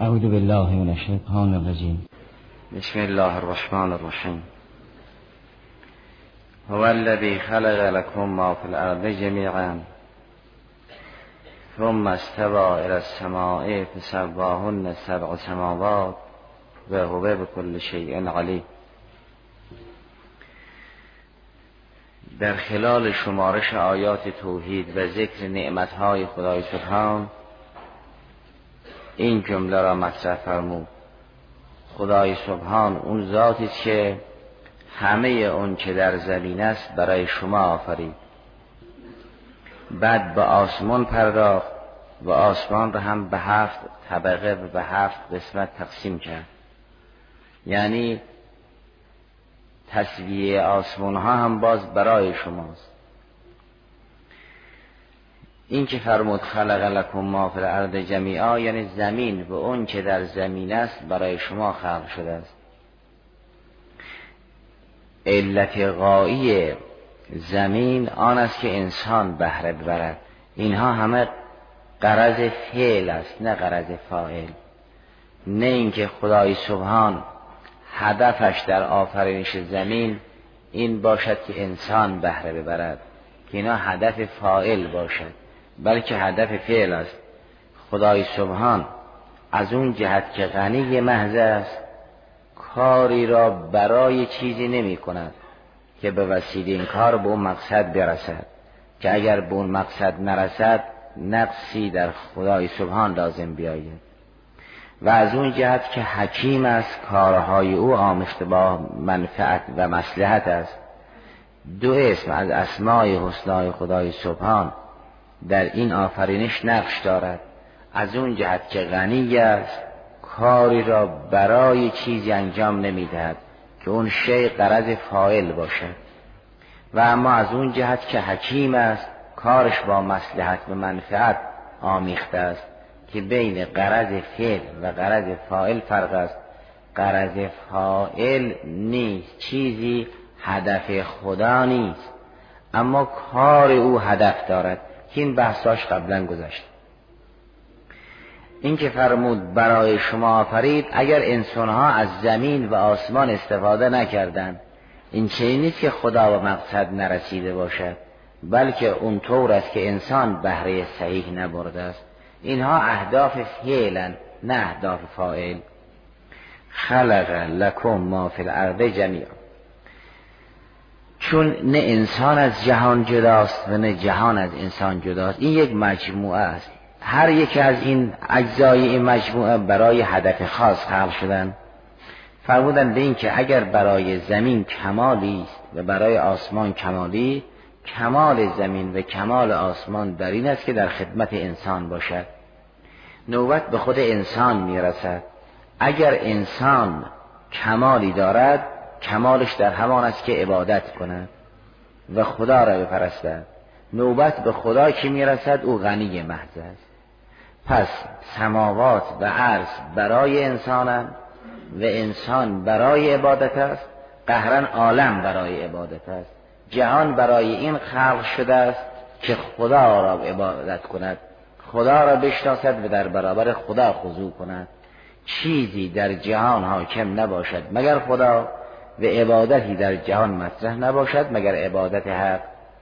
اعوذ بالله من الشیطان الرجیم. بسم الله الرحمن الرحیم. هو الذی خلق لكم ما فی الارض جمیعا ثم استوى الى السماء فسواهن سبع سماوات و هو بكل شیء علیم. در خلال شمارش آیات توحید و ذکر نعمتهای خدای سبحان این جمله را مطرح فرمود: خدای سبحان اون ذاتی است که همه اون که در زمین است برای شما آفرید. بعد به آسمان پرداخت و آسمان را هم به 7 طبقه و به 7 قسمت تقسیم کرد. یعنی تسویه آسمان ها هم باز برای شماست. این که فرمود خلق لکم ما فی الارض جمیعا، یعنی زمین و اون که در زمین است برای شما خلق شده است. علت غایی زمین آن است که انسان بهره ببرد. اینها همه غرض فعل است، نه غرض فاعل. نه اینکه خدای سبحان هدفش در آفرینش زمین این باشد که انسان بهره ببرد، که اینا هدف فاعل باشد، بلکه هدف فعل است. خدای سبحان از اون جهت که غنی محض است کاری را برای چیزی نمی کند که به وسیله این کار به اون مقصد برسد، که اگر به اون مقصد نرسد نقصی در خدای سبحان لازم بیاید. و از اون جهت که حکیم است، کارهای او آمیخته با منفعت و مصلحت است. دو اسم از اسمای حسنای خدای سبحان در این آفرینش نقش دارد. از اون جهت که غنی است، کاری را برای چیزی انجام نمیدهد که اون شیء غرض فاعل باشد. و اما از اون جهت که حکیم است، کارش با مصلحت و منفعت آمیخته است، که بین غرض فعل و غرض فاعل فرق است. غرض فاعل نیست، چیزی هدف خدا نیست، اما کار او هدف دارد، که این بحثاش قبلا گذشت. این که فرمود برای شما آفرید، اگر انسانها از زمین و آسمان استفاده نکردند، این چیزی نیست که خدا به مقصد نرسیده باشد، بلکه اون طور است که انسان بهره صحیح نبرده است. اینها اهداف فعلن، نه اهداف فاعل. خلق لکم ما فی الارض جمیعا، چون نه انسان از جهان جداست و نه جهان از انسان جداست. این یک مجموعه است. هر یک از این اجزای این مجموعه برای هدف خاص خلق شدن. فرمودن به این که اگر برای زمین کمالی است و برای آسمان کمالی، کمال زمین و کمال آسمان در این است که در خدمت انسان باشد. نوبت به خود انسان میرسد. اگر انسان کمالی دارد، کمالش در همان است که عبادت کند و خدا را بپرستد. نوبت به خدا که میرسد او غنی محض است. پس سماوات و عرض برای انسانند و انسان برای عبادت است. قهرن عالم برای عبادت است. جهان برای این خلق شده است که خدا را عبادت کند، خدا را بشناسد و در برابر خدا خضوع کند. چیزی در جهان حاکم نباشد مگر خدا، و عبادتی در جهان مطرح نباشد مگر عبادت حق.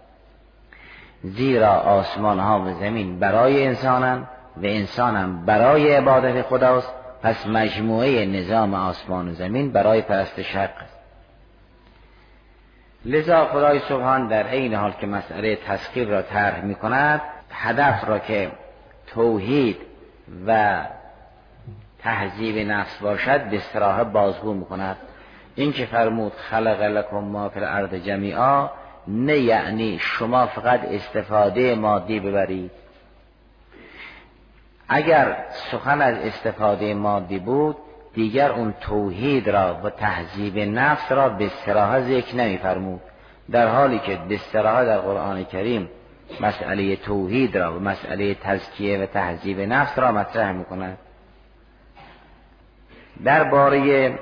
زیرا آسمان ها و زمین برای انسانند و انسان هم برای عبادت خداست. پس مجموعه نظام آسمان و زمین برای پرستش حق است. لذا خدای سبحان در این حال که مسئله تسخیر را طرح می کند، هدف را که توحید و تهذیب نفس باشد به صراحت بازگو می کند. این که فرمود خلق لکم ما فی الارض جمیعا، نه یعنی شما فقط استفاده مادی ببرید. اگر سخن از استفاده مادی بود، دیگر اون توحید را و تهذیب نفس را به صراحت ذکر نمی فرمود، در حالی که به صراحت در قرآن کریم مسئله توحید را و مسئله تزکیه و تهذیب نفس را مطرح می کند. درباره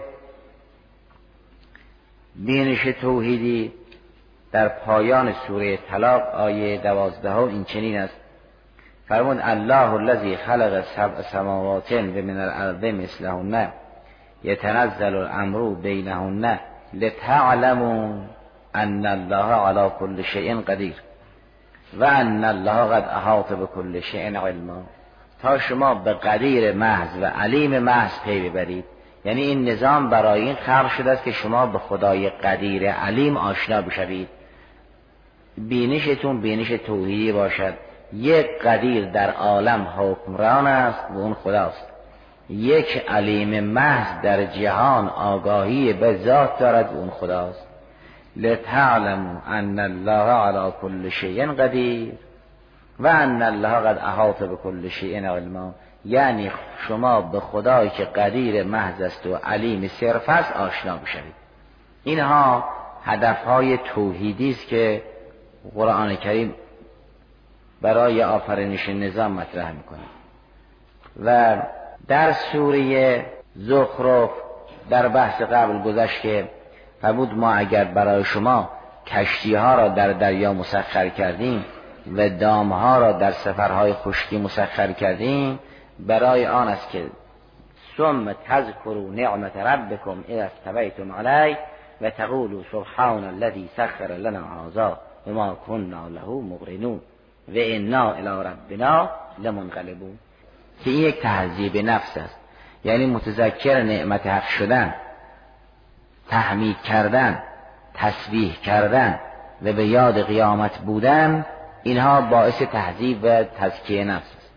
بینش توحیدی در پایان سوره طلاق آیه 12 این چنین است: فرمود الله الذی خلق سبع سماوات و من الارض مثلهن یتنزل الامر بینهن لتعلموا ان الله علی کل شیء قدیر و ان الله قد احاط بكل شیء علما. تا شما به قدیر محض و علیم محض پی ببرید. یعنی این نظام برای این خلق شده است که شما به خدای قدیر علیم آشنا بشوید. بینشتون بینش توحیدی باشد. یک قدیر در عالم حکمران است و اون خداست. یک علیم محض در جهان آگاهی به ذات دارد و اون خداست. لتعلموا ان الله علی کل شیء قدیر و ان الله قد احاط بكل شیء علما. یعنی شما به خدایی که قدیر محض است و علیم صرف است آشنا بشوید. اینها هدفهای توحیدی است که قرآن کریم برای آفرینش نظام مطرح میکنه. و در سوره زخرف در بحث قبل گذشت که فرمود ما اگر برای شما کشتی ها را در دریا مسخر کردیم و دام ها را در سفرهای خشکی مسخر کردیم برای آن است که ثم تذکروا نعمت ربکم اذا استویتم علیه و تقولوا سبحان الذی سخر لنا هذا و ما كنا له مقرنون و انا الی ربنا لمنقلبون. که این یک تهذیب نفس است. یعنی متذکر نعمت حق شدن، تحمید کردن، تسبیح کردن و به یاد قیامت بودن، اینها باعث تهذیب و تزکیه نفس است.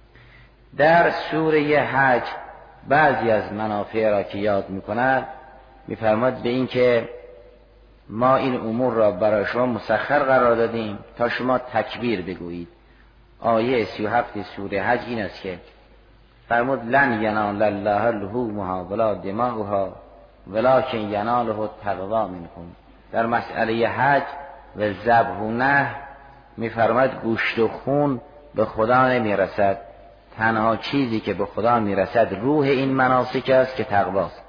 در سوره حج بعضی از منافع را که یاد می‌کند می‌فرماید به این که ما این امور را برای شما مسخر قرار دادیم تا شما تکبیر بگویید. آیه 37 سوره حج این است که فرمود لن ینال الله لحومها ولا دماؤها ولکن یناله التقوی منکم. در مسئله حج و ذبح و نحر می‌فرماید گوشت و خون به خدا نمیرسد. تنها چیزی که به خدا میرسد روح این مناسک است که تقواست.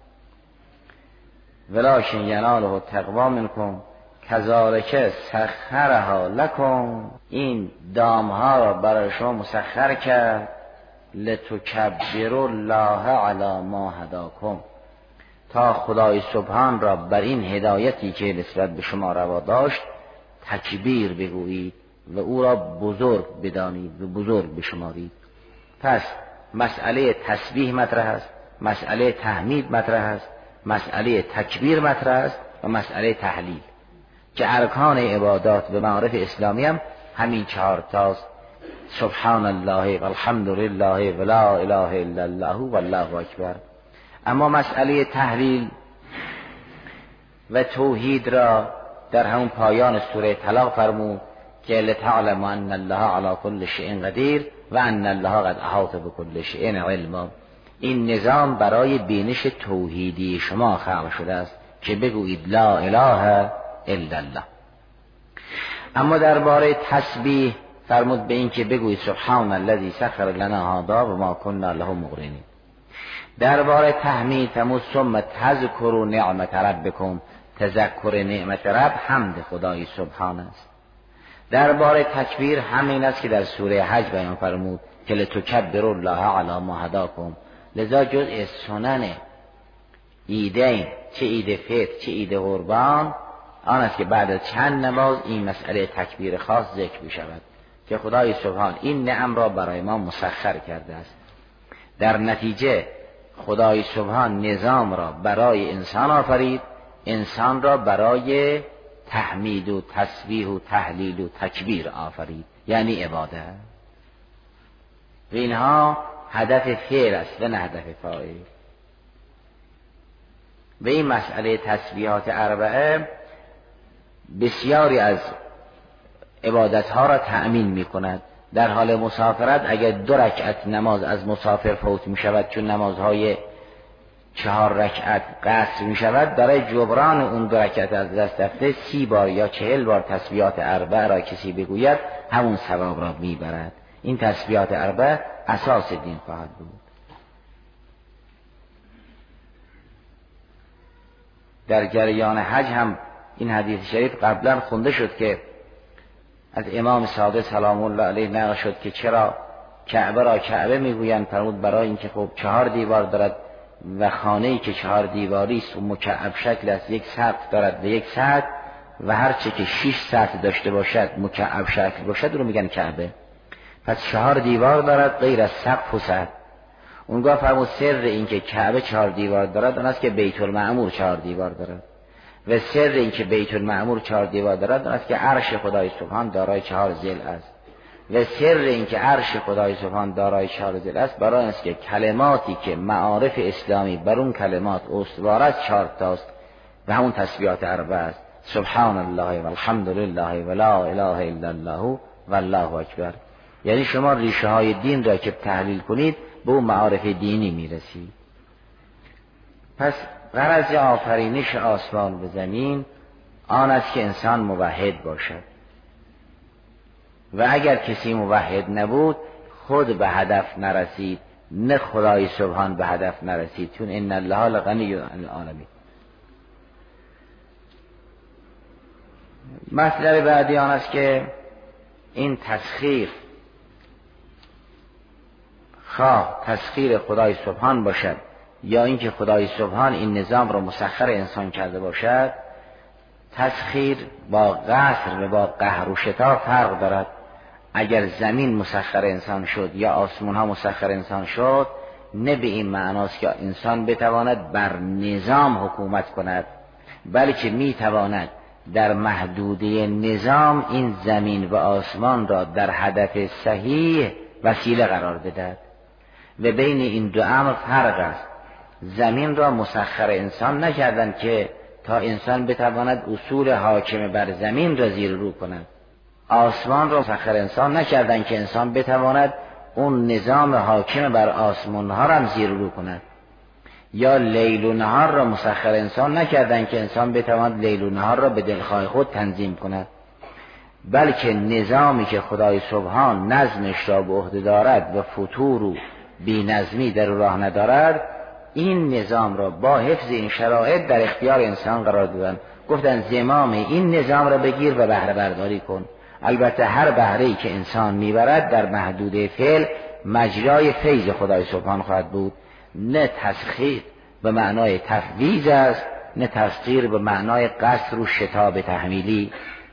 ولکن یناله التقوی منکم کذالک سخرها لکم. این دامها را برای شما مسخر کرد لتکبروا الله علی ما هداکم، تا خدای سبحان را بر این هدایتی که نسبت به شما روا داشت تکبیر بگویید و او را بزرگ بدانید و بزرگ بشمارید. پس مسئله تسبیح مطرح است، مسئله تحمید مطرح است، مسئله تکبیر مطرح است و مسئله تحلیل که ارکان عبادات به معارف اسلامی هم همین 4 تاست. سبحان الله و الحمد لله و لا اله الا الله و الله اکبر. اما مسئله تحلیل و توحید را در همون پایان سوره طلاق فرمود که لتعلم ان الله علی کل شیء قدیر و ان الله قد احاط بكل شیء علما. این نظام برای بینش توحیدی شما خلق شده است که بگویید لا اله الا الله. اما درباره تسبیح فرمود به این که بگویید سبحان الذی سخر لنا هذا و ما كنا له مقرنین. درباره تحمید فرمود ثم تذکروا نعمت ربکم. تذکر نعمت رب حمد خدای سبحان است. درباره تکبیر همین است که در سوره حج بیان فرمود که لتکبروا الله علی ما هداکم. لذا جزء سنن عیدین، چه عید فطر چه عید قربان، آن است که بعد از چند نماز این مسئله تکبیر خاص ذکر می شود که خدای سبحان این نعم را برای ما مسخر کرده است. در نتیجه خدای سبحان نظام را برای انسان آفرید، انسان را برای تحمید و تسبیح و تحلیل و تکبیر آفرید، یعنی عبادت. و اینها هدف فعل است و نه هدف فاعل. و این مسئله تسبیحات اربعه بسیاری از عبادتها را تأمین می کند. در حال مسافرت اگر 2 رکعت نماز از مسافر فوت می شود چون نمازهای 4 رکعت قصر می شود، برای جبران اون 2 رکعت از دست رفته 30 بار یا 40 بار تسبیحات اربع را کسی بگوید همون ثواب را می برد. این تسبیحات اربع اساس دین خواهد بود. در جریان حج هم این حدیث شریف قبلا خونده شد که از امام صادق سلام الله علیه نقل شد که چرا کعبه را کعبه میگویند؟ فرمود برای اینکه خب 4 دیوار دارد و خانه‌ای که 4 دیواری است و مکعب شکل است، یک سقف دارد و یک سطح، و هر چه که 6 سطح داشته باشد مکعب شکل باشد رو میگن کعبه. پس 4 دیوار دارد غیر از سقف و سطح. اونگاه فرمود سر این که کعبه 4 دیوار دارد اون است که بیت المعمور 4 دیوار دارد، و سر این که بیت المعمور 4 دیوار دارد اون است که عرش خدای سبحان دارای 4 ضلع است، و سر این که عرش خدای سبحان دارای 4 ضلع است برای است که کلماتی که معارف اسلامی بر اون کلمات استوار است 4 تاست و همون تسبیحات 4 است: سبحان الله و الحمد لله و لا اله الا الله و الله اکبر. یعنی شما ریشه های دین را که تحلیل کنید به اون معارف دینی میرسید. پس غرض آفرینش آسمان و زمین آن است که انسان موحد باشد، و اگر کسی موحد نبود خود به هدف نرسید، نه خدای سبحان به هدف نرسید، چون ان الله لغنی عن العالمین. مطلب بعدی آن است که این تسخیر، خواه تسخیر خدای سبحان باشد یا اینکه خدای سبحان این نظام را مسخر انسان کرده باشد، تسخیر با قصر و با قهر و شتاب فرق دارد. اگر زمین مسخر انسان شد یا آسمان ها مسخر انسان شد، نه به این معناست که انسان بتواند بر نظام حکومت کند، بلکه میتواند در محدوده نظام این زمین و آسمان را در هدف صحیح وسیله قرار بدهد. و بین این دو امر فرق است. زمین را مسخر انسان نکردند که تا انسان بتواند اصول حاکم بر زمین را زیر رو کند. آسمان را مسخر انسان نکردند که انسان بتواند اون نظام حاکم بر آسمان ها را زیر رو کند. یا لیل و نهار را مسخر انسان نکردند که انسان بتواند لیل و نهار را به دلخواه خود تنظیم کند، بلکه نظامی که خدای سبحان نظمش را به عهده دارد و فتور و بی نظمی در راه ندارد، این نظام را با حفظ این شرایط در اختیار انسان قرار دادن. گفتن زمام این نظام را بگیر و بهره برداری کن. البته هر بهره‌ای که انسان میبرد در محدوده فعل مجرای فیض خدای سبحان خواهد بود. نه تسخیر به معنای تفویض است، نه تسخیر به معنای قصر و شتاب تحمیلی.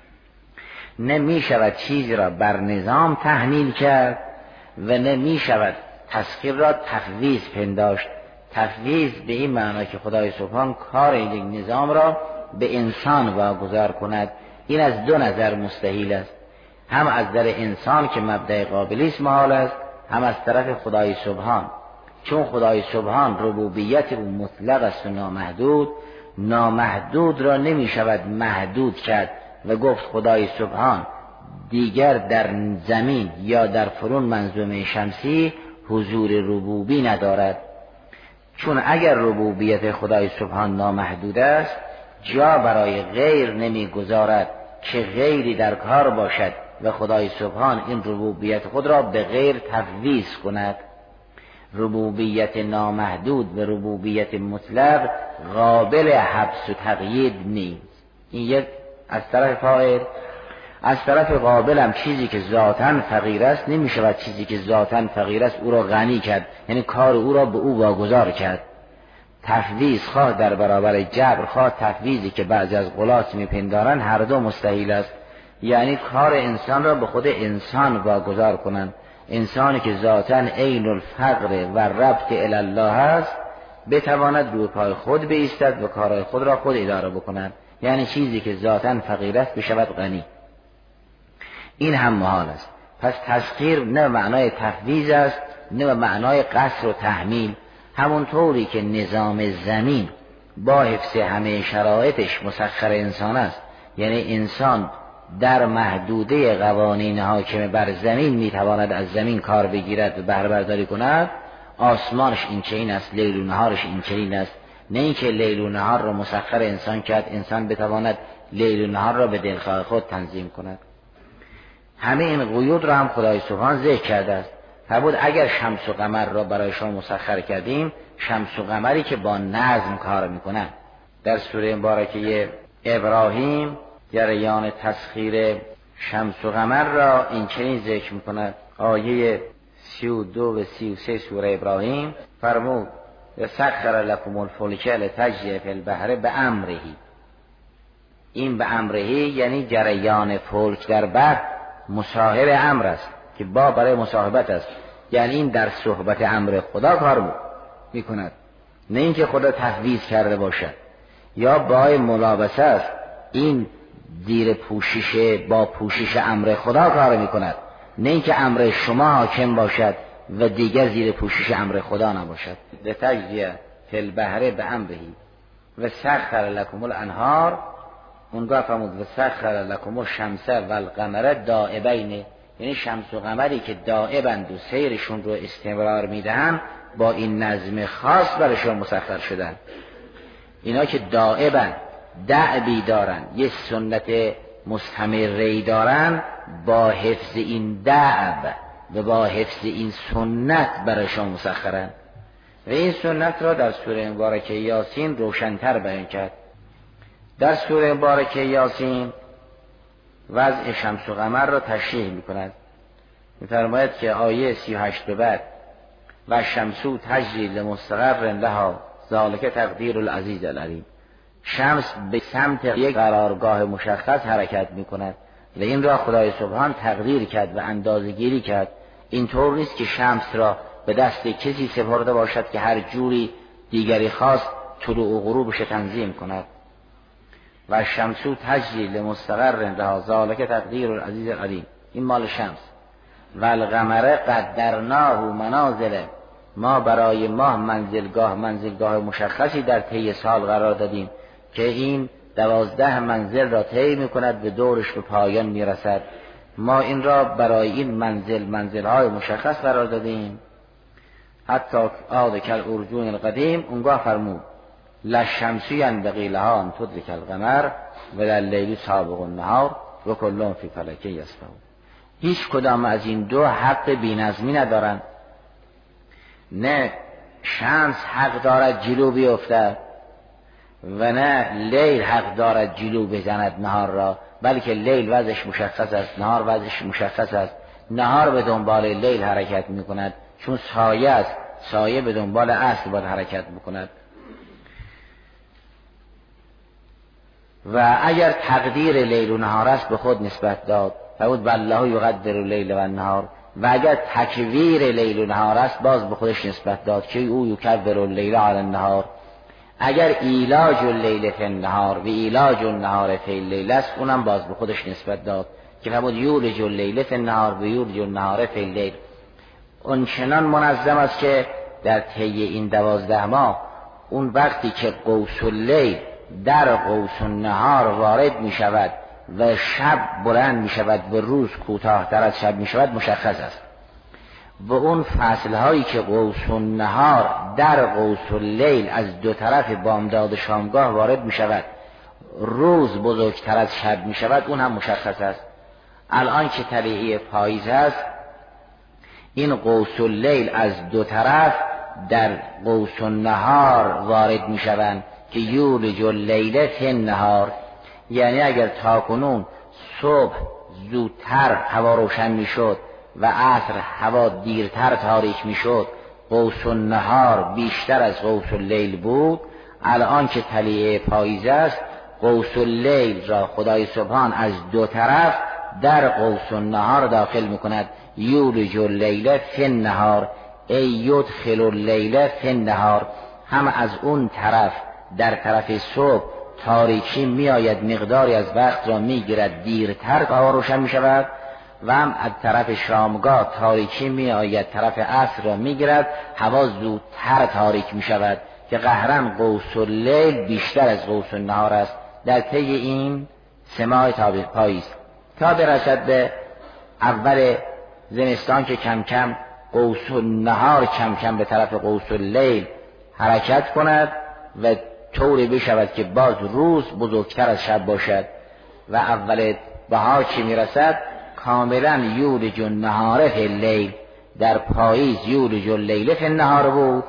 نه می شود چیزی را بر نظام تحمیل کرد و نه می شود تسخیر را تفویض پنداشت. تفویض به این معنا که خدای سبحان کار این نظام را به انسان واگذار کند. این از دو نظر مستحیل است، هم از در انسان که مبدأ قابلیت محال است، هم از طرف خدای سبحان. چون خدای سبحان ربوبیت او مطلق است و نامحدود، نامحدود را نمی شود محدود کرد و گفت خدای سبحان دیگر در زمین یا در فرون منظومه شمسی حضور ربوبی ندارد. چون اگر ربوبیت خدای سبحان نامحدود است، جا برای غیر نمی گذارد که غیری در کار باشد و خدای سبحان این ربوبیت خود را به غیر تفویض کند. ربوبیت نامحدود و ربوبیت مطلق قابل حبس و تقیید نیست. این یک از طرف فاعل. از طرف قابل هم چیزی که ذاتاً فقیر است نمی شود چیزی که ذاتاً فقیر است او را غنی کرد، یعنی کار او را به او واگذار کرد. تفویض خواه در برابر جبر، خواه تفویضی که بعضی از غلات میپندارن، هر دو مستحیل است. یعنی کار انسان را به خود انسان واگذار کنند. انسانی که ذاتاً عین الفقر و ربط الی الله است بتواند روی پای خود بایستد و کارهای خود را خود اداره بکند. یعنی چیزی که ذاتاً فقیر است بشود غنی. این هم محال است. پس تسخیر نه معنای تفویض است نه معنای قصر و تحمیل. همون طوری که نظام زمین با حفظ همه شرایطش مسخر انسان است، یعنی انسان در محدوده قوانین حاکم بر زمین میتواند از زمین کار بگیرد و بهره برداری کند، آسمانش این چنین است، لیل و نهارش این چنین است. نه اینکه لیل و نهار را مسخر انسان کرد انسان بتواند لیل و نهار را به دلخواه خود تنظیم کند. همه این قیود را هم خدای سبحان ذکر کرده است. فرمود اگر شمس و قمر را برای شما مسخر کردیم، شمس و قمری که با نظم کار میکنن. در سوره مبارکه ابراهیم جریان تسخیر شمس و قمر را این چنین ذکر میکند. آیه 32 و 33 سوره ابراهیم فرمود و سخر لکم الفلک لتجری فی البحر بامره. این به امره یعنی جریان فلک در بحر مصاحب امر است که با برای مصاحبت است، یعنی این در صحبت امر خدا کار میکند، نه اینکه خدا تفویض کرده باشد یا با ملابسه است. این زیر پوشش با پوشش امر خدا کار میکند، نه اینکه امر شما حاکم باشد و دیگر زیر پوشش امر خدا نباشد. لتجری فی البحر بامره و سخر لکم الانهار. اونگاه فرمود و سخر لکم الشمس و القمر دائبین، یعنی شمس و قمری که دائبند و سیرشون رو استمرار میدهن با این نظم خاص برشون مسخر شدن. اینا که دائبند، دعبی دارن، یه سنت مستمری دارن، با حفظ این دعب و با حفظ این سنت برشون مسخرن. و این سنت را در سوره مبارکه یاسین روشن‌تر بیان کرد. در سوره مبارکه یاسین وضع شمس و قمر را تشریح می‌کند. می‌فرماید که آیه 38 به بعد و شمسو تجری لمستقر لها ذالک تقدیر العزیز العلیم. شمس به سمت یک قرارگاه مشخص حرکت می‌کند و این را خدای سبحان تقدیر کرد و اندازه‌گیری کرد. اینطور نیست که شمس را به دست کسی سپرده باشد که هر جوری دیگری خواست طلوع و غروبش تنظیم کند. و شمسو تجری لمستقر لها ذالک تقدیر العزیز العلیم. این مال شمس. و القمر قدرناه منازل. ما برای ماه منزلگاه مشخصی در طی سال قرار دادیم که این 12 منزل را طی می‌کند به دورش به پایان می‌رسد. ما این را برای این منزل‌های مشخص قرار دادیم. حتی عاد کالعرجون القدیم. اونگاه فرمود للشمس ینبغی لها ان تدرک القمر و لللیل سابق النهار و کل فی فلک یسبحون. هیچ کدام از این دو حق بی‌نظمی ندارند. نه شمس حق دارد جلو بیفتد و نه لیل حق دارد جلو بزند نهار را، بلکه لیل وضعش مشخص است، نهار وضعش مشخص است. نهار به دنبال لیل حرکت میکند چون سایه است، سایه به دنبال اصل باید حرکت میکند. و اگر تقدیر لیل و نهار است به خود نسبت داد، فرمود والله یقدر اللیل و النهار. و اگر تکویر لیل و نهار است باز به خودش نسبت داد که او یکبر اللیل علی النهار. اگر ایلاج اللیل فی النهار و ایلاج النهار فی اللیل است اونم باز به خودش نسبت داد که فرمود یولج اللیل فی النهار و یولج النهار فی اللیل. اون چنان منظم است که در طی این 12 ماه اون وقتی که قوس اللیل در قوس النهار وارد می شود و شب بلند می شود و روز کوتاه‌تر از شب می شود مشخص است. و اون فصل هایی که قوس النهار در قوس اللیل از دو طرف بامداد شامگاه وارد می شود، روز بزرگتر از شب می شود، اون هم مشخص است. الان که طلوع پاییز است، این قوس اللیل از دو طرف در قوس النهار وارد می شوند که یولج اللیل فی النهار. یعنی اگر تاکنون صبح زودتر هوا روشن می شد و عصر هوا دیرتر تاریک می شد، قوس النهار بیشتر از قوس اللیل بود. الان که طلوع پاییز است، قوس اللیل را خدای سبحان از دو طرف در قوس النهار داخل می کند. یولج اللیل فی النهار ای یدخل اللیل فی النهار. هم از اون طرف در طرف صبح تاریکی می آید، مقداری از وقت را می گیرد، دیرتر هوا روشن می شود، و هم از طرف شامگاه تاریکی می آید، طرف عصر را می گیرد، هوا زودتر تاریک می شود که قهرن قوس اللیل بیشتر از قوس النهار است در طی این 3 ماه تابع پاییز، تا برسد به اول زمستان که کم کم قوس النهار کم کم به طرف قوس اللیل حرکت کند و طوری بشود که باز روز بزرگتر از شب باشد. و اول بهار که میرسد کاملا یولج النهار فی اللیل. در پاییز یولج اللیل فی النهار بود،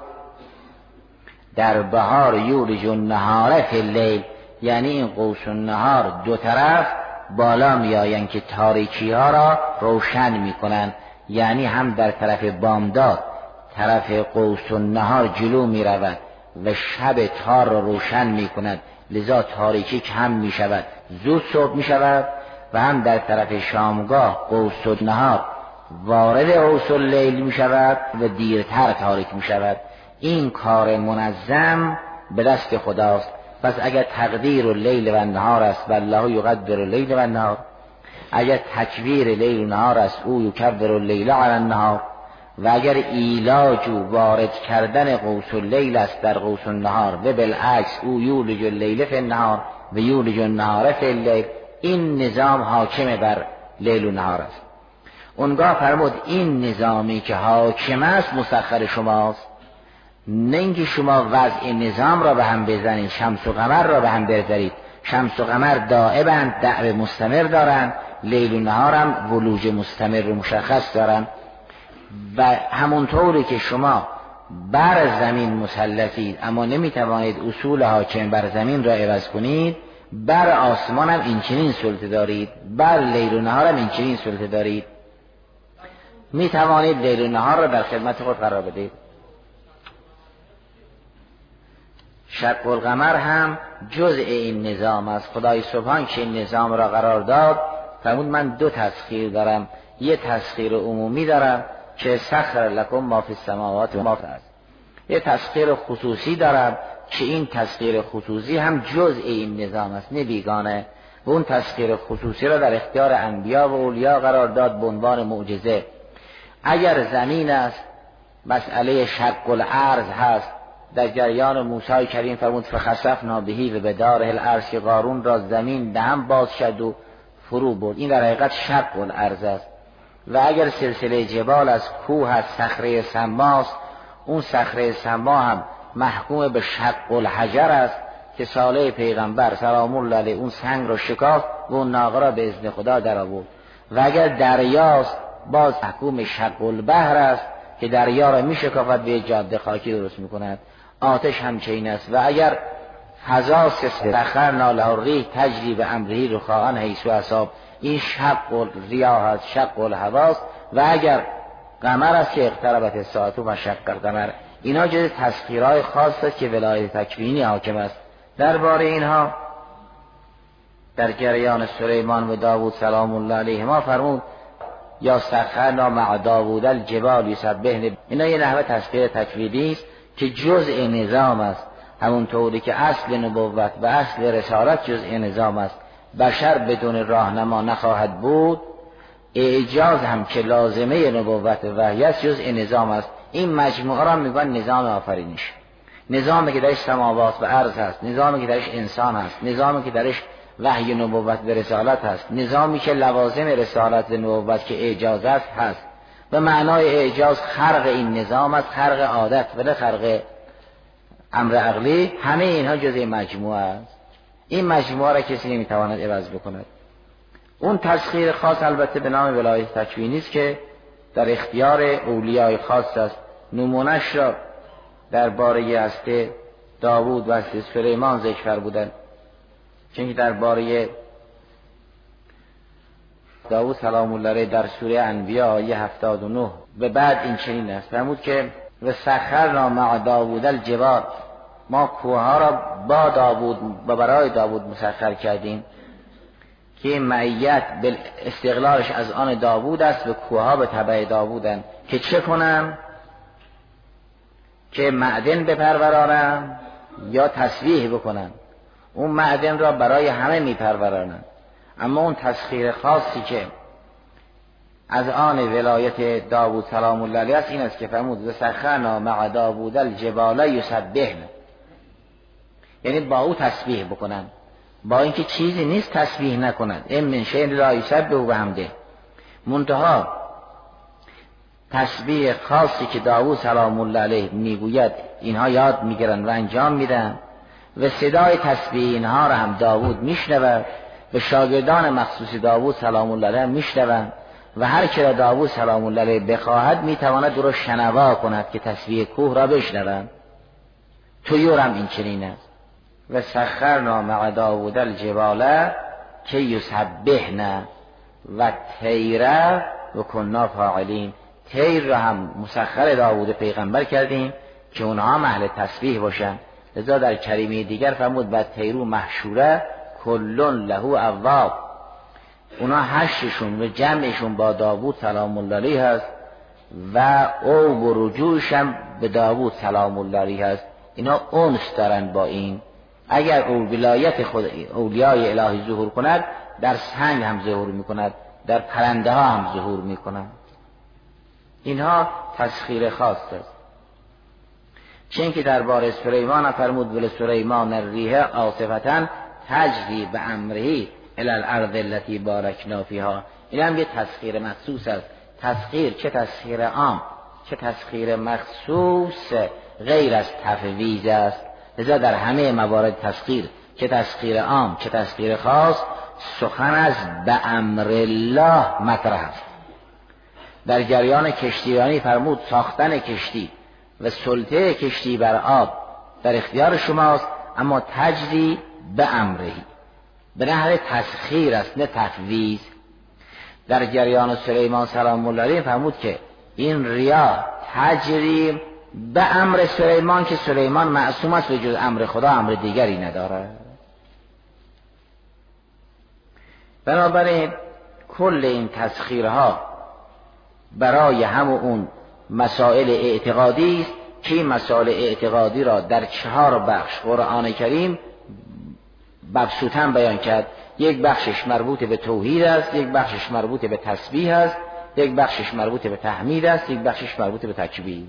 در بهار یولج النهار فی اللیل. یعنی این قوس النهار دو طرف بالا میآیند که تاریکی ها را روشن میکنند. یعنی هم در طرف بامداد طرف قوس النهار جلو میرود و شب تار را روشن میکند، لذا تاریکی کم میشود، زود صبح میشود. و هم در طرف شامگاه قوس النهار وارد قوس اللیل میشود و دیرتر تاریک میشود. این کار منظم به دست خداست. پس اگر تقدیر اللیل و النهار است، والله یقدر اللیل و النهار، اگر تکویر لیل و نهار است، او یکبر اللیل علی النهار، و اگر ایلاج و وارد کردن قوس اللیل است در قوس النهار، و بالعکس او یولج اللیل فی النهار و یولج النهار فی اللیل، این نظام حاکم بر لیل و نهار است. اونگاه فرمود این نظامی که حاکم است مسخر شماست، نه اینکه شما وضع نظام را به هم بزنید، شمس و قمر را به هم بذارید. شمس و قمر دائبند، دأب مستمر دارند، لیل و نهار هم ولوج مستمر مشخص دارند. و همونطوری که شما بر زمین مسلطید اما نمیتوانید اصول حاکم بر زمین را عوض کنید، بر آسمان هم این چنین سلطه دارید، بر لیل و نهار هم این چنین سلطه دارید. میتوانید لیل و نهار را در خدمت خود قرار بدید. شق القمر هم جزء این نظام است. خدای سبحان که این نظام را قرار داد فرمود من دو تسخیر دارم، یه تسخیر عمومی دارم که سخر لکم ما فی السماوات و ما فی الارض، یه تسخیر خصوصی دارم که این تسخیر خصوصی هم جزء این نظام است نه بیگانه. و اون تسخیر خصوصی را در اختیار انبیا و اولیا قرار داد به عنوان معجزه. اگر زمین است مسئله شق الارض هست، در جریان موسی کریم فرمود فخسفنا بهی و بداره الارض، که قارون را زمین دهم باز شد و فرو برد. این در حقیقت شق الارض است. و اگر سلسله جبال از کوه از صخره صماست، اون صخره صما هم محکوم به شق الحجر است که صالح پیغمبر سلام الله علیه اون سنگ را شکافت و اون ناقه را به اذن خدا در آورد. و اگر دریاست باز محکوم شق البحر است که دریا را می شکافت به جاده خاکی درست می کند. آتش همچنین است. و اگر حزاس سخرنا له الریح تجری بامره رخاء حیث اصاب، این شق الریاح است، شق الهواست. و اگر قمر است که اقتربت الساعة و شق القمر، اینا جز تسخیرهای خاص است که ولایت تکوینی حاکم است. درباره اینها در جریان سلیمان و داوود سلام الله علیهما فرمود یا سخرنا مع داوود الجبال یسبحن. اینا یه نحوه تسخیر تکوینی است که جزء نظام است، همونطوری که اصل نبوت و اصل رسالت جزء نظام است. بشر بدون راهنما نخواهد بود. اعجاز هم که لازمه نبوت و وحی است جزء نظام است. این مجموعه را میگن نظام آفرینش، نظامی که درش سماوات و ارض هست، نظامی که درش انسان هست، نظامی که درش وحی نبوت و رسالت هست، نظامی که لوازم رسالت و نبوت که اعجاز است هست. و معنای اعجاز خرق این نظام است، خرق عادت و خرق امر عقلی. همه اینها جزء مجموعه است. این مجموعه را کسی نمیتواند عوض بکند. اون تسخیر خاص البته به نام ولایت تکوینی است که در اختیار اولیای خاص است. نمونش را درباره هست داوود و هست سلیمان ذکر فرمودند، چون درباره داوود سلام الله علیه در سوره انبیاء آیه 79 به بعد این چنین است، فرمود که و سخرنا مع داوود الجبال، ما کوهها را با داوود و برای داوود مسخر کردیم که معیت به استقلالش از آن داوود است و کوهها به تبع داوودند که چه کنم؟ که معدن بپرورانم یا تسبیح بکنم. اون معدن را برای همه میپرورانم، اما اون تسخیر خاصی که از آن ولایت داوود سلام الله علیه است این است که فرمود سخرنا مع داوود الجبال یسبحن، یعنی با او تسبیح بکنن، با اینکه چیزی نیست تسبیح نکنند. این من شیء لا یسبح بحمده، منتها تسبیح خاصی که داوود سلام الله علیه میگوید اینها یاد میگیرن و انجام میدن و صدای تسبیح اینها را هم داوود میشنود و شاگردان مخصوص داوود سلام الله علیه میشنوند و هر که را داوود سلام الله علیه بخواهد میتواند درست شنوا کند که تسبیح کوه را بشنوند. طیور هم این چنین است. و سخرنا مع داوود الجبال که یسبحن و طیره و کنا فاعلین. طیر را هم مسخر داوود پیغمبر کردیم که اونها هم اهل تسبیح باشن. لذا در کریمه دیگر فرمود و طیرو محشوره کلون له اواب. اونا هشتشون و جمعشون با داوود سلام الله علیه هست و او و رجوعشم به داوود سلام الله علیه هست. اینا انس دارن با این. اگر او ولایت خود اولیای الهی ظهور کند، در سنگ هم ظهور میکند، در پرنده ها هم ظهور میکند. اینها تسخیر خاص است. چون که درباره سلیمان فرمود ول سلیمان الریح عاصفة تجری به امره الی الارض التي بارکنا فیها. این هم یه تسخیر مخصوص است. تسخیر چه تسخیر عام چه تسخیر مخصوص غیر از تفویض است. لذا در همه موارد تسخیر چه تسخیر عام چه تسخیر خاص سخن از به امر الله مطرح است. در جریان کشتیرانی فرمود ساختن کشتی و سلطه کشتی بر آب در اختیار شماست، اما تجری به امرهی، به نحو تسخیر است نه تفویض. در جریان سلیمان سلام الله علیه فرمود که این ریا تجری به امر سلیمان، که سلیمان معصوم است و جز امر خدا امر دیگری نداره. بنابراین کل این تسخیرها برای همون اون مسائل اعتقادی است که این مسائل اعتقادی را در 4 بخش قرآن کریم مبسوطاً بیان کرد. یک بخشش مربوط به توحید است، یک بخشش مربوط به تسبیح است، یک بخشش مربوط به تحمید است، یک بخشش مربوط به تکبیر.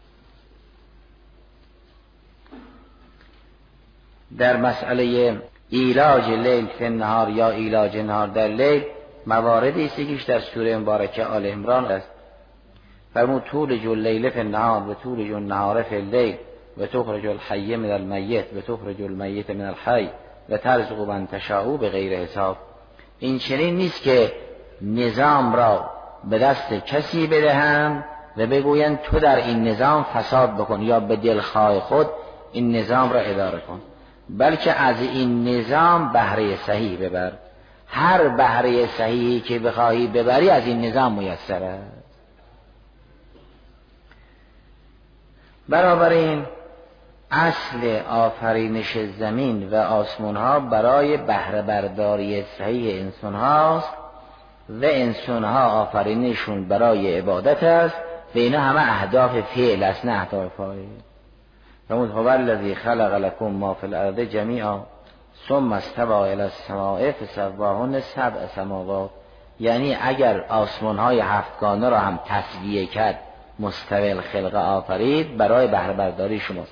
در مسئله ایلاج لیل فی النهار یا ایلاج نهار در لیل مواردی است که در سوره مبارکه آل عمران است. فرمود تولج اللیل فی النهار و تولج النهار فی اللیل و تخرج الحی من المیت و تخرج المیت من الحی و ترزق من تشاء به غیر حساب. این چنین نیست که نظام را به دست کسی بدهند و بگویند تو در این نظام فساد بکن یا به دلخواه خود این نظام را اداره کن، بلکه از این نظام بهره صحیح ببر. هر بهره صحیحی که بخواهی ببری از این نظام میسر است. بنابراین اصل آفرینش زمین و آسمان ها برای بهره برداری صحیح انسان هاست و انسان ها آفرینشون برای عبادت است و اینا همه اهداف فعل است نه اهداف فاعل. فرمود هو الذی خلق لکم ما فی الارض جمیعا ثم استوى الی السماء فسواهن 7 سماوات. یعنی اگر آسمان های 7گانه را هم تسویه کرد، مستوی الخلق آفرید، برای بهره برداری شماست.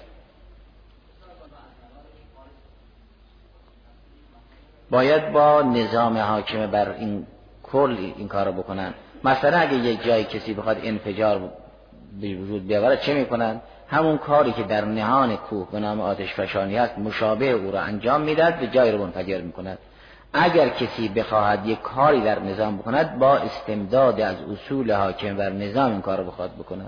باید با نظام حاکم بر این کل این کارو بکنن. مثلا اگه یک جای کسی بخواد انفجار به وجود بیاورد چه میکنن؟ همون کاری که در نهان کوه به نام آتش فشانی است مشابه او را انجام میداد و جای رو منفجر میکند. اگر کسی بخواهد یک کاری در نظام بکند، با استمداد از اصول حاکم بر نظام این کار رو بخواد بکند.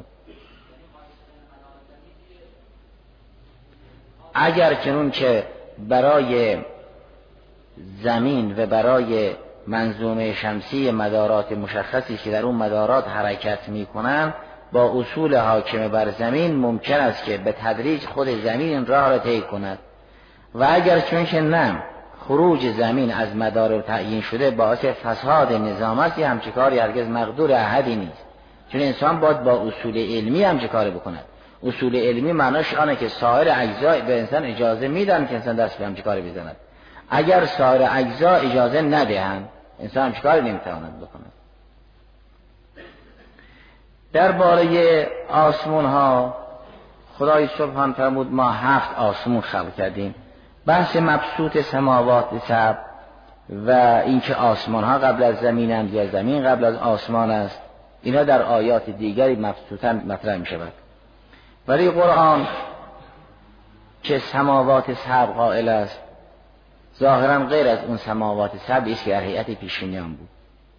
اگر چنون که برای زمین و برای منظومه شمسی مدارات مشخصی که در اون مدارات حرکت میکنن، با اصول حاکم بر زمین ممکن است که به تدریج خود زمین راه را طی کند. و اگر چون که نه، خروج زمین از مدار تعیین شده باعث فساد نظام است، یه همچه کاری هرگز مقدور احدی نیست. چون انسان باید با اصول علمی همچه کاری بکند. اصول علمی معناش آنه که سایر اجزا به انسان اجازه میدن که انسان دست به همچه کاری بزند. اگر سایر اجزا اجازه ندهند، انسان همچه کاری نمیتواند بکند. درباره آسمون ها خدای سبحان فرمود ما 7 آسمون خلق کردیم. بحث مبسوط سماوات 7 و اینکه آسمان ها قبل از زمینند یا زمین قبل از آسمان است، اینا در آیات دیگری مبسوطاً مطرح می شود. ولی قرآن که سماوات 7 قائل است، ظاهراً غیر از اون سماوات 7 است که در هیئت پیشینیان بود.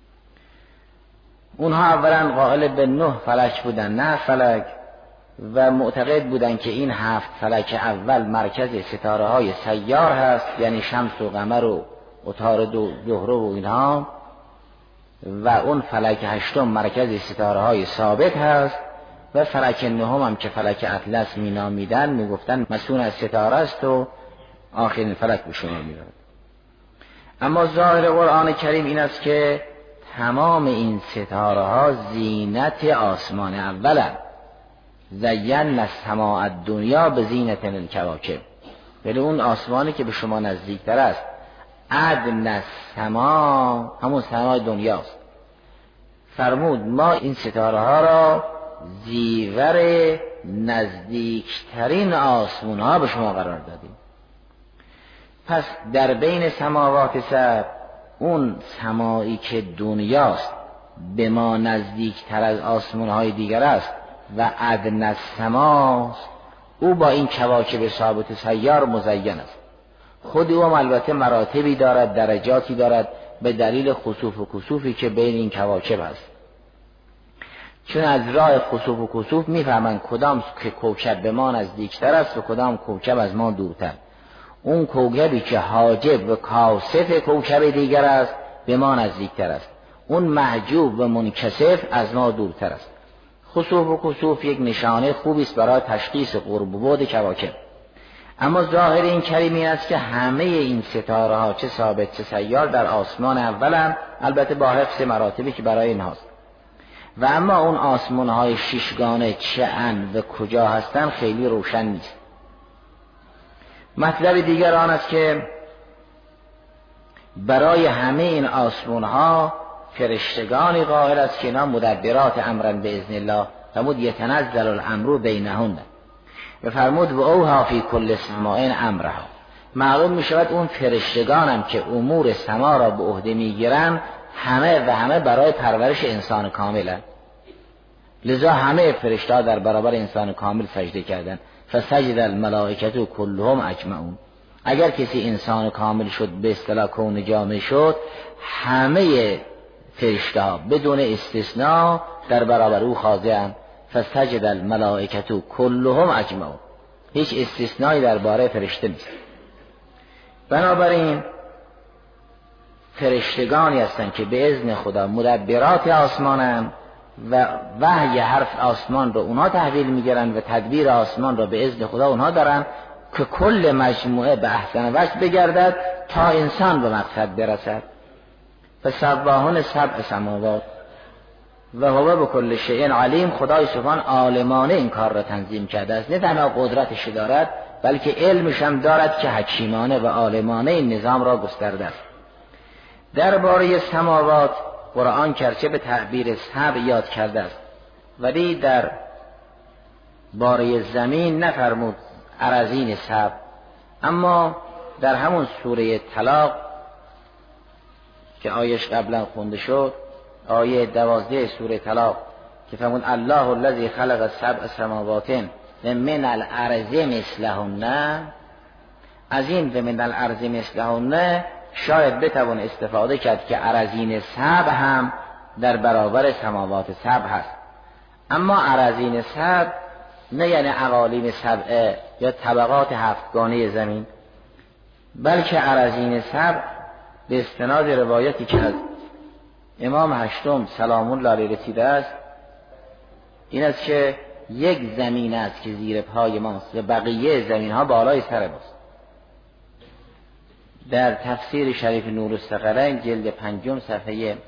اونها اولا قائل به 9 فلک بودن، نه فلک، و معتقد بودن که این 7 فلک اول مرکز ستاره های سیار هست، یعنی شمس و قمر و عطارد و زهره و اینها، و اون فلک هشتم مرکز ستاره های ثابت هست و فلک نهم هم که فلک اطلس می نامیدن، می گفتن مسئول از ستاره است و آخرین فلک به شما می رود. اما ظاهر قرآن کریم این است که تمام این ستاره ها زینت آسمان اولند. زینا السماء الدنیا به زینت الکواکب، ولی اون آسمانی که به شما نزدیکتر است، ادنی السما، همون سمای دنیاست. فرمود ما این ستاره ها را زیور نزدیکترین آسمان ها به شما قرار دادیم. پس در بین سماوات سبع اون سمایی که دنیاست به ما نزدیکتر از آسمان های دیگر است و ادنی السماست، او با این کواکب ثابت سیار مزین است. خود او هم البته مراتبی دارد، درجاتی دارد به دلیل خسوف و کسوفی که بین این کواکب است. چون از راه خسوف و کسوف میفهمند کدام که کوکب به ما نزدیکتر است و کدام کوکب از ما دورتر. اون کوکبی که حاجب و کاسف کوکب دیگر است به ما نزدیکتر است، اون محجوب و منکسف از ما دورتر است. خسوف و کسوف یک نشانه خوبی است برای تشخیص قرب و بعد کواکب. اما ظاهر این کریمی است که همه این ستاره ها چه ثابت چه سیار در آسمان اولند، البته با حفظ مراتبی که برای اینهاست. و اما اون آسمان های ششگانه چه اند و کجا هستند خیلی روشن نیست. مطلب دیگر آن است که برای همه این آسمان ها فرشتگانی قاهر است که اینا مدبرات امرن به اذن الله. فرمود یتنزل الامر بینهن و فرمود و اوها فی کل سماء امرها. معلوم می شود اون فرشتگانم که امور سما را به عهده می گیرن همه برای پرورش انسان کاملن. لذا همه فرشتها در برابر انسان کامل سجده کردن. فسجد الملائکه کلهم اجمعون. اگر کسی انسان کامل شد، به اصطلاح کون جامع شد، همه فرشتها بدون استثناء در برابر او خاضعند. فسجد الملائکه کلهم اجمعون. هیچ استثنایی درباره فرشته نیست. بنابراین فرشتگانی هستند که به اذن خدا مدبرات آسمانند و وحی حرف آسمان رو اونها تحویل میگیرن و تدبیر آسمان رو به اذن خدا اونها دارن که کل مجموعه به احسن وجه بگردد تا انسان به مقصد برسد. فسواهن سبع سماوات و هو بكل شیء علیم. خدای سبحان عالمانه این کار را تنظیم کرده است. نه تنها قدرتش دارد بلکه علمش هم دارد که حکیمانه و عالمانه این نظام را گسترده است. درباره سماوات قرآن کرچه به تعبیر سبع یاد کرده است، ولی در باره زمین نفرمود اراضین سبع. اما در همون سوره طلاق که آیش قبلا خونده شد، آیه 12 سوره طلاق که فرمود الله الذی خلق سبع سماوات و من الارض مثلهن، از این و من الارض مثلهن شاید بتوان استفاده کرد که اراضین سبع هم در برابر سماوات سبع هست. اما اراضین سبع نه یعنی اقالیم سبع یا طبقات هفتگانه زمین، بلکه اراضین سبع به استناد روایتی که از امام هشتم سلام الله علیه رسیده است این است که یک زمین است که زیر پای ماست و بقیه زمین ها بالای سر ماست. در تفسیر شریف نور الثقلین جلد 5 صفحه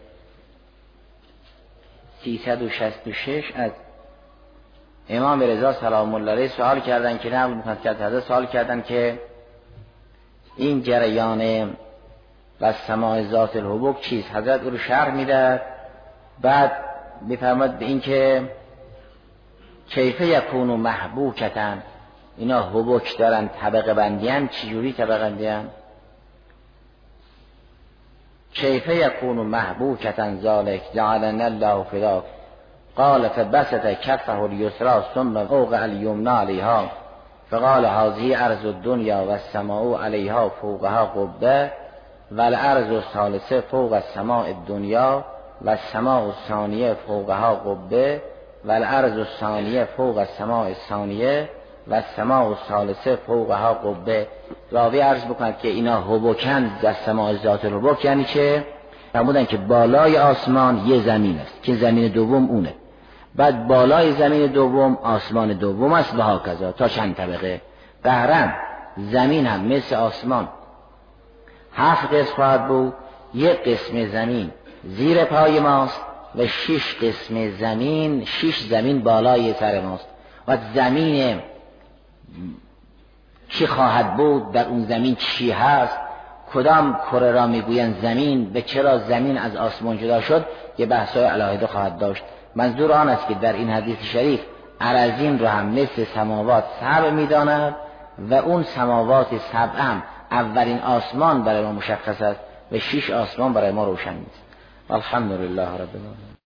366 از امام رضا سلام الله علیه سوال کردن که نه مفصل سوال کردن که این جریان و سماع ذات الحبوک چیز. حضرت او رو شرح میده، بعد میفرماد به این که کیفه یکون محبوکتن، اینا حبوک دارن طبقه بندی هم. چجوری طبقه بندی هم؟ کیفه یکون محبوکتن ذالک جعلنا الله فداک قال فبسط کفه الیسرا ثم اوقع الیمنا علیها فقال هذه ارض الدنیا و السماء علیها فوقها قبه و الارض الثالثه فوق السماء الدنیا و السماء الثانیه فوقها قبه و الارض الثانیه فوق السماء الثانیه و سماع و ثالثه فوقها قبه. راوی عرض بکند که اینا حبکن در سماع ذات الحبک یعنی چه؟ فرمودن که بالای آسمان یه زمین است که زمین دوم اونه، بعد بالای زمین دوم آسمان دوم است و هاکذا تا چند طبقه. قهرن زمین هم مثل آسمان 7 قسم خواهد بود، 1 قسم زمین زیر پای ماست و 6 قسم زمین، 6 زمین بالای سر ماست. و زمین چی خواهد بود، در اون زمین چی هست، کدام کره را میگویند زمین، به چرا زمین از آسمان جدا شد، یه بحثای علاهده خواهد داشت. منظور آن است که در این حدیث شریف ارضین رو هم مثل سماوات 7 میداند و اون سماوات 7 هم اولین آسمان برای ما مشخص است و 6 آسمان برای ما روشن است. الحمدلله رب العالمین.